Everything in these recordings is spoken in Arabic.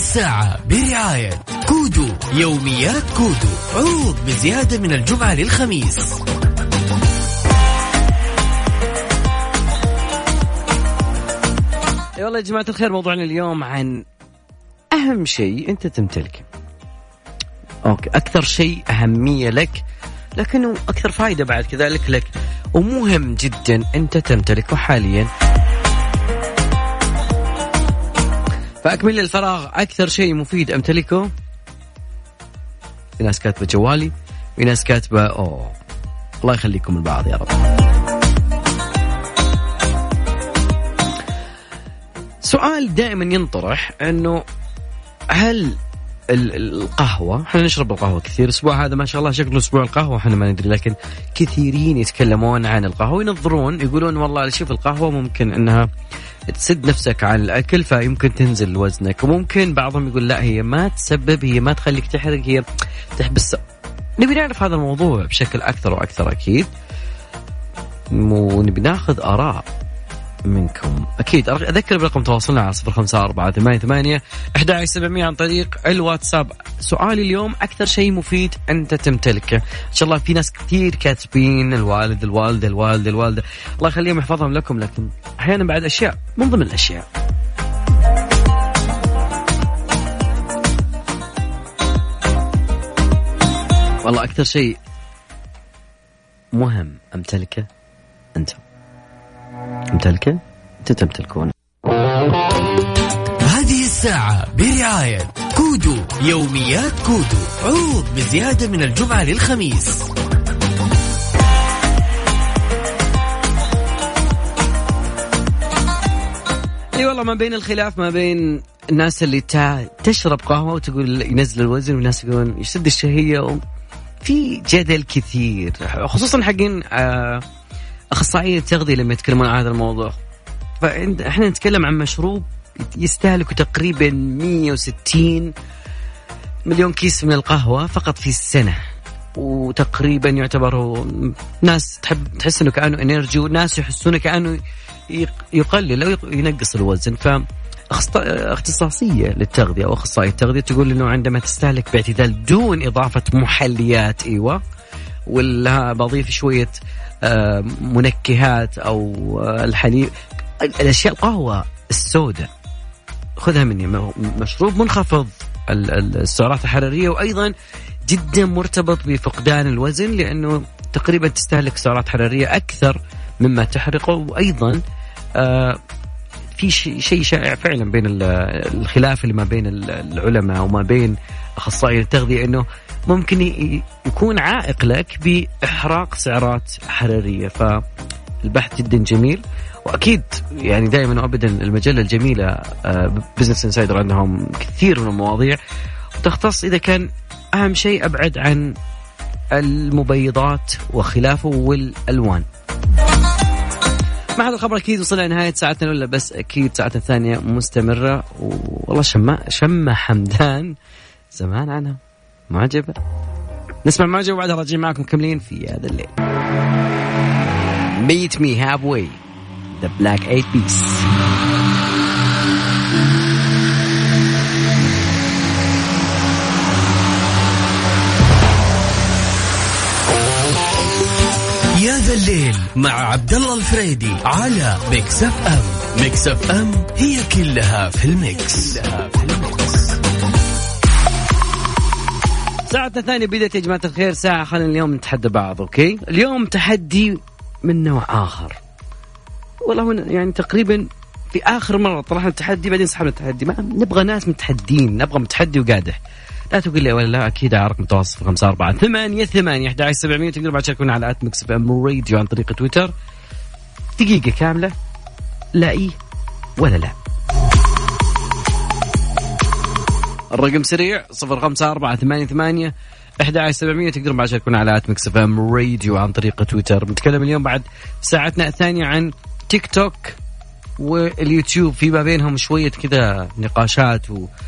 الساعة برعاية كودو. يوميات كودو، عروض بزيادة من الجمعة للخميس. والله يا جماعة الخير، موضوعنا اليوم عن أهم شيء أنت تمتلكه. أوكي، أكثر شيء أهمية لك لكنه أكثر فائدة بعد كذلك لك، ومهم جدا أنت تمتلكه حاليا. فأكمل الفراغ، أكثر شيء مفيد أمتلكه. في ناس كاتبة جوالي، في ناس كاتبة الله يخليكم البعض يا رب. سؤال دائما ينطرح أنه هل القهوة، احنا نشرب القهوة كثير، الأسبوع هذا ما شاء الله شكله أسبوع القهوة، احنا ما ندري، لكن كثيرين يتكلمون عن القهوة وينظرون يقولون والله شوف القهوة ممكن أنها تسد نفسك عن الأكل فيمكن تنزل وزنك، وممكن بعضهم يقول لا هي ما تسبب، هي ما تخليك تحرق، هي تحبس. نبي نعرف هذا الموضوع بشكل أكثر وأكثر أكيد، ونبي ناخذ آراء منكم أكيد. أذكر برقم تواصلنا على 0548811700 عن طريق الواتساب. سؤالي اليوم أكثر شيء مفيد أنت تمتلكه. إن شاء الله في ناس كثير كاتبين الوالد الوالدة الوالدة الوالدة، الله يخليهم يحفظهم لكم، لكن أحيانا بعد أشياء من ضمن الأشياء. والله أكثر شيء مهم أمتلكه أنت أنت تمتلكون. هذه الساعة برعاية كودو. يوميات كودو، عروض بزيادة من الجمعة للخميس. والله ما بين الخلاف ما بين الناس اللي تشرب قهوة وتقول ينزل الوزن، والناس يقولون يسد الشهية، في جدل كثير خصوصا حقين أخصائيين التغذية لما يتكلمون عن هذا الموضوع. فإحنا نتكلم عن مشروب يستهلك تقريبا 160 مليون كيس من القهوة فقط في السنة، وتقريبا يعتبر ناس تحس إنه كأنه إنرجي، وناس يحسونه كأنه يقلل أو ينقص الوزن. فاختصاصية للتغذية أو أخصائي التغذية تقول إنه عندما تستهلك باعتدال دون إضافة محليات، ولا بضيف شوية منكهات أو الحليب، الأشياء القهوة السوداء خذها مني، مشروب منخفض السعرات الحرارية، وأيضا جدا مرتبط بفقدان الوزن، لأنه تقريبا تستهلك سعرات حرارية أكثر مما تحرقه. وأيضا في شيء شائع فعلا بين الخلاف اللي ما بين العلماء وما بين أخصائي التغذية، أنه ممكن يكون عائق لك بإحراق سعرات حرارية. فالبحث جدا جميل، وأكيد يعني دائما وأبدا المجلة الجميلة بزنس انسايدر عندهم كثير من المواضيع وتختص إذا كان أهم شيء أبعد عن المبيضات وخلافه والألوان. مع هذا الخبر أكيد وصلنا لنهاية ساعتنا الأولى، بس أكيد ساعتنا الثانية مستمرة. والله شمة حمدان زمان عنها معجبة. نسمع معجبة وبعدها راجعين معكم كملين في هذا الليل. Meet me halfway, the Black Eyed Peas. يا ذا الليل مع عبد الله الفريدي على ميكس اف ام. ميكس اف ام هي كلها في الميكس. ساعتنا الثانية بدأت يا جماعة الخير. ساعة خلينا اليوم نتحدى بعض. أوكي، اليوم تحدي من نوع آخر. والله يعني تقريبا في آخر مرة طرحنا التحدي بعدين سحبنا التحدي. ما نبغى ناس متحدين، نبغى متحدي وقادح. لا تقول لي ولا لا، أكيد عارف متواصل 548811700. تقدروا بعد تشاركونا على @mixfmradio عن طريق تويتر. دقيقة كاملة لا إيه ولا لا. الرقم سريع 0548811700. تقدروا بعد تشاركونا على @mixfmradio عن طريق تويتر. بنتكلم اليوم بعد ساعتنا الثانية عن تيك توك واليوتيوب، في ما بينهم شوية كذا نقاشات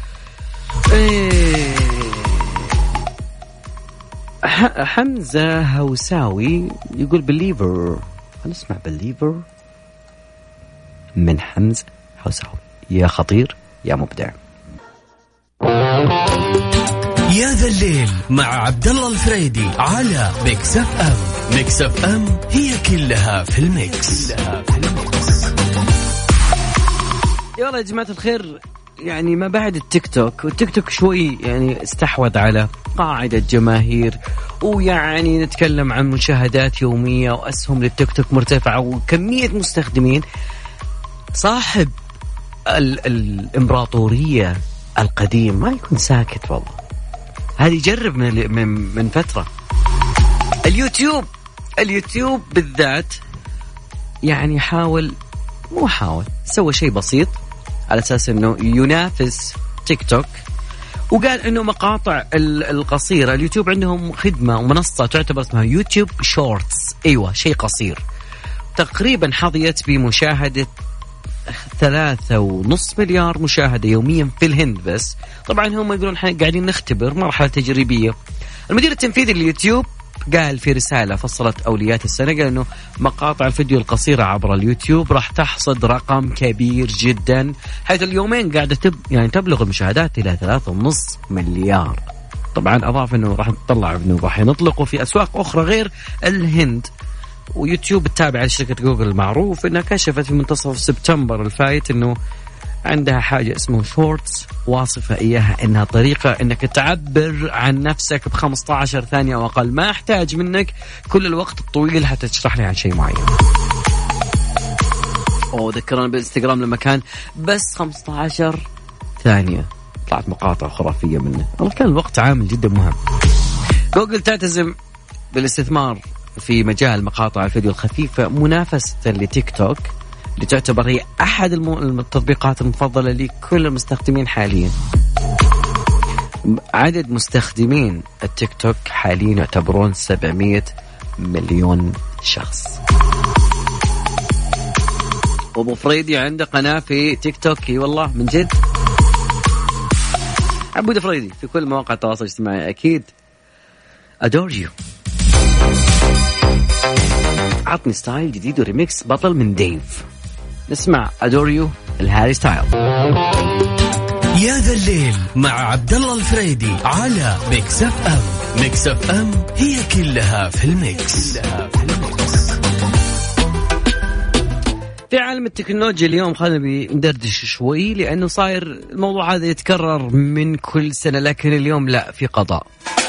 حمزة هوساوي يقول believer. هنسمع believer من حمزة هوساوي. يا خطير يا مبدع. ذا الليل مع عبد الله الفريدي على ميكس اف ام. ميكس اف ام هي كلها في الميكس. يلا يا جماعة الخير، يعني ما بعد التيك توك، والتيك توك شوي يعني استحوذ على قاعدة جماهير، ويعني نتكلم عن مشاهدات يومية وأسهم للتيك توك مرتفعة وكمية مستخدمين. صاحب الإمبراطورية القديم ما يكون ساكت والله. هذه جرب من فترة. اليوتيوب بالذات يعني سوى شيء بسيط على أساس أنه ينافس تيك توك، وقال أنه مقاطع القصيرة، اليوتيوب عندهم خدمة ومنصة تعتبر اسمها يوتيوب شورتس. أيوة، شيء قصير. تقريبا حظيت بمشاهدة 3.5 مليار مشاهدة يوميا في الهند بس. طبعا هم يقولون قاعدين نختبر مرحلة تجريبية. المدير التنفيذي لليوتيوب قال في رسالة فصلت أوليات السنة، قال أنه مقاطع الفيديو القصيرة عبر اليوتيوب راح تحصد رقم كبير جدا، حيث اليومين قاعدة تبلغ المشاهدات إلى 3.5 مليار. طبعا أضاف أنه راح نطلع أنه راح ينطلقوا في أسواق أخرى غير الهند. ويوتيوب التابعة لشركة جوجل المعروف أنها كشفت في منتصف سبتمبر الفايت أنه عندها حاجة اسمه شورتس، واصفة إياها إنها طريقة إنك تعبر عن نفسك ب15 ثانية أو أقل. ما أحتاج منك كل الوقت الطويل حتى تشرح لي عن شيء معين. ذكرنا بالإنستغرام لما كان بس 15 ثانية طلعت مقاطع خرافية منه. والله كان الوقت عامل جدا مهم. جوجل تعتزم بالاستثمار في مجال مقاطع الفيديو الخفيفة منافسة لتيك توك، اللي تعتبر هي أحد التطبيقات المفضلة لكل المستخدمين حاليا. عدد مستخدمين التيك توك حاليا يعتبرون 700 مليون شخص. وابو فريدي عنده قناة في تيك توك. والله من جد عبود فريدي في كل مواقع التواصل الاجتماعي أكيد. Adore you. عطني ستايل جديد وريميكس بطل من ديف. نسمع أدوريو الهاري ستايل. يا ذا الليل مع عبد الله الفريدي على ميكس اف ام. ميكس اف ام هي كلها في الميكس. في عالم التكنولوجيا اليوم خلينا ندردش شوي، لأنه صاير الموضوع هذا يتكرر من كل سنة، لكن اليوم لا، في قضاء.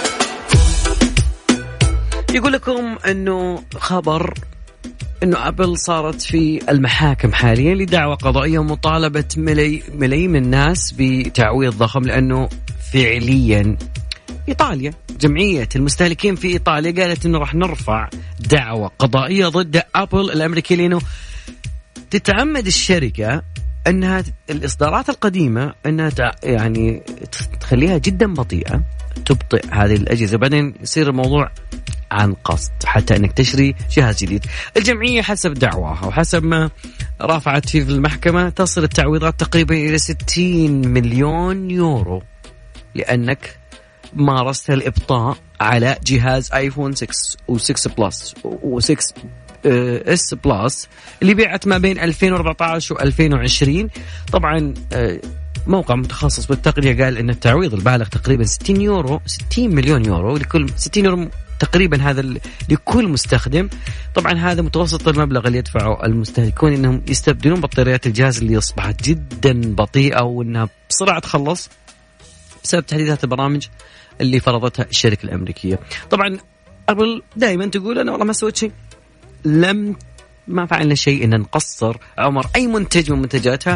يقول لكم أنه خبر أنه أبل صارت في المحاكم حاليا لدعوى قضائية مطالبة ملايين من الناس بتعويض ضخم، لأنه فعليا إيطاليا، جمعية المستهلكين في إيطاليا قالت أنه راح نرفع دعوى قضائية ضد أبل الأمريكية، لأنه تتعمد الشركة أنها الإصدارات القديمة أنها يعني تخليها جدا بطيئة، تبطئ هذه الأجهزة، بعدين يصير الموضوع عن قصد حتى أنك تشتري جهاز جديد. الجمعية حسب دعواها وحسب ما رافعت في المحكمة تصل التعويضات تقريبا إلى 60 مليون يورو لأنك مارست الإبطاء على جهاز آيفون 6 و6 بلس و6 اس بلس اللي بيعت ما بين 2014 و2020. طبعا موقع متخصص بالتقنية قال أن التعويض البالغ تقريبا 60 مليون يورو لكل 60 يورو تقريبا، هذا لكل مستخدم. طبعا هذا متوسط المبلغ اللي يدفعه المستهلكون انهم يستبدلون بطاريات الجهاز اللي اصبحت جدا بطيئة وانها بسرعة تخلص بسبب تحديثات البرامج اللي فرضتها الشركة الأمريكية. طبعا أبل دائما تقول أنا والله ما سويت شيء، ما فعلنا شيء إن نقصر عمر أي منتج من منتجاتها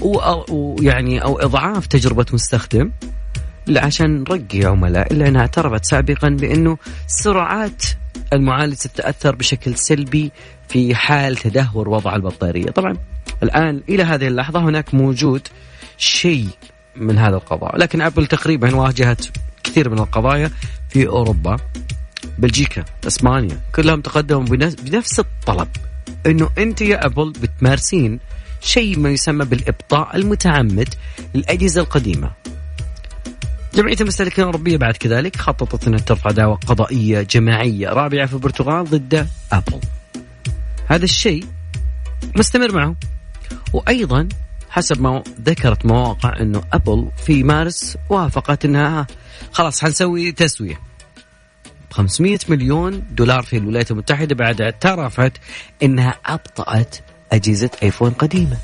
ويعني أو إضعاف تجربة مستخدم عشان نرقي عملاء، إلا أنها اعترفت سابقا بأنه سرعات المعالج ستتأثر بشكل سلبي في حال تدهور وضع البطارية. طبعا الآن إلى هذه اللحظة هناك موجود شيء من هذا القضاء، لكن أبل تقريبا واجهت كثير من القضايا في أوروبا، بلجيكا، إسبانيا، كلهم تقدموا بنفس الطلب، أنه أنت يا أبل بتمارسين شيء ما يسمى بالإبطاء المتعمد للأجهزة القديمة. جمعية المستهلكين الأوروبية بعد كذلك خططت أنها ترفع دعوى قضائية جماعية رابعة في البرتغال ضد أبل. هذا الشيء مستمر معه، وأيضا حسب ما ذكرت مواقع أنه أبل في مارس وافقت أنها خلاص حنسوي تسوية 500 مليون دولار في الولايات المتحدة بعد اعترفت أنها أبطأت أجهزة آيفون قديمة.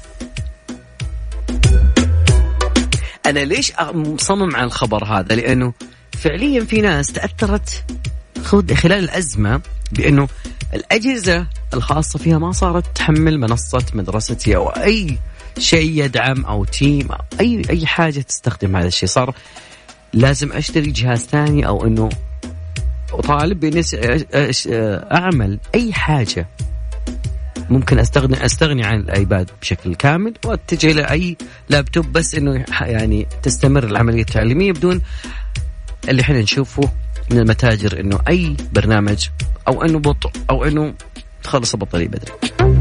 أنا ليش مصمم على الخبر هذا؟ لأنه فعليا في ناس تأثرت خلال الأزمة بأنه الأجهزة الخاصة فيها ما صارت تحمل منصة مدرستي أو أي شيء يدعم أو تيم أو أي حاجة تستخدم هذا الشيء. صار لازم أشتري جهاز ثاني أو أنه أطالب بأني أعمل أي حاجة ممكن أستغني عن الآيباد بشكل كامل وأتجه إلى أي لابتوب بس إنه يعني تستمر العملية التعليمية بدون اللي احنا نشوفه من المتاجر إنه أي برنامج أو إنه بطء أو إنه تخلص البطارية بدري.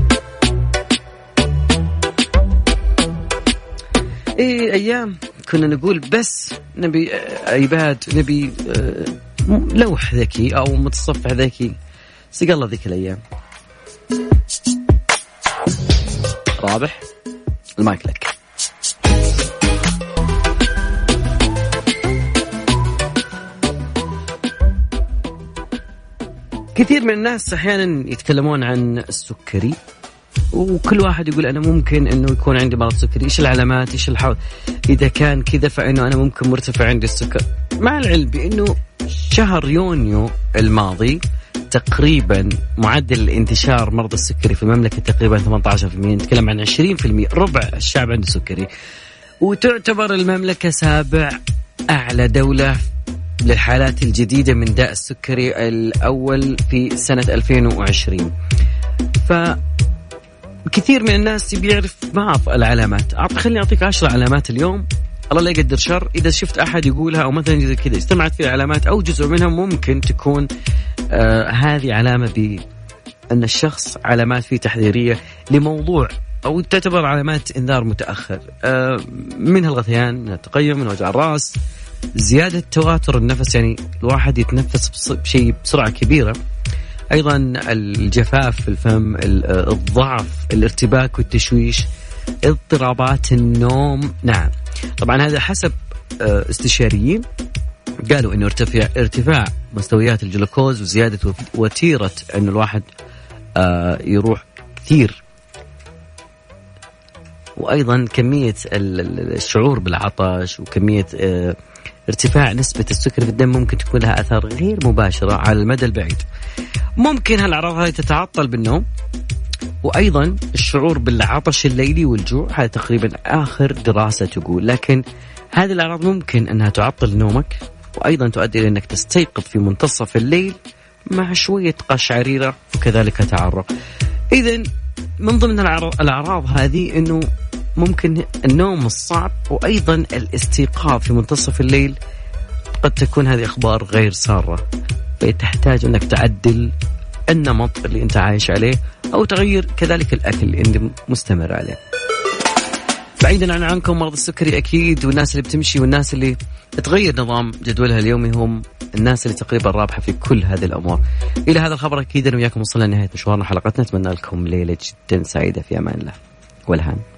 إيه أيام كنا نقول بس نبي آيباد نبي لوح ذكي أو متصفح ذكي. سيق الله ذيك الأيام. رابح المايك لك. كثير من الناس أحيانا يتكلمون عن السكري وكل واحد يقول أنا ممكن أنه يكون عندي مرض سكري. إيش العلامات إيش الحوض إذا كان كذا فإنه أنا ممكن مرتفع عندي السكر. مع العلم بأنه شهر يونيو الماضي تقريبا معدل الانتشار مرضى السكري في المملكة تقريبا 18%. نتكلم عن 20%، ربع الشعب عنده سكري. وتعتبر المملكة سابع أعلى دولة للحالات الجديدة من داء السكري الأول في سنة 2020. فكثير من الناس بيعرف بعض العلامات. خليني أعطيك 10 علامات اليوم، الله لا يقدر شر إذا شفت أحد يقولها أو مثلا إذا كذا استمعت في علامات أو جزء منها ممكن تكون هذه علامة بأن الشخص علامات فيه تحذيرية لموضوع أو تعتبر علامات إنذار متأخر. منها الغثيان، من التقيؤ، من وجع الرأس، زيادة تواتر النفس يعني الواحد يتنفس بشيء بسرعة كبيرة، أيضا الجفاف في الفم، الضعف، الارتباك والتشويش، اضطرابات النوم. نعم طبعا هذا حسب استشاريين قالوا إنه ارتفاع مستويات الجلوكوز وزيادة وتيرة إنه الواحد يروح كثير، وأيضا كمية الشعور بالعطش وكمية ارتفاع نسبة السكر في الدم ممكن تكون لها أثار غير مباشرة على المدى البعيد. ممكن هالأعراض هذه تتعطل بالنوم، وأيضا الشعور بالعطش الليلي والجوع، هذا تقريبا آخر دراسة تقول. لكن هذه الأعراض ممكن أنها تعطل نومك وأيضا تؤدي إلى أنك تستيقظ في منتصف الليل مع شوية قشعريرة وكذلك تعرق. إذن من ضمن الأعراض هذه أنه ممكن النوم الصعب وأيضا الاستيقاظ في منتصف الليل. قد تكون هذه أخبار غير سارة، فتحتاج أنك تعدل النمط اللي أنت عايش عليه أو تغير كذلك الأكل اللي أنت مستمر عليه. بعيدا عنكم مرض السكري أكيد، والناس اللي بتمشي والناس اللي تغير نظام جدولها اليومي هم الناس اللي تقريبا رابحة في كل هذه الأمور. إلى هذا الخبر أكيد أنا وياكم وصلنا لنهاية مشوارنا حلقتنا. أتمنى لكم ليلة جدا سعيدة في أمان الله والهان.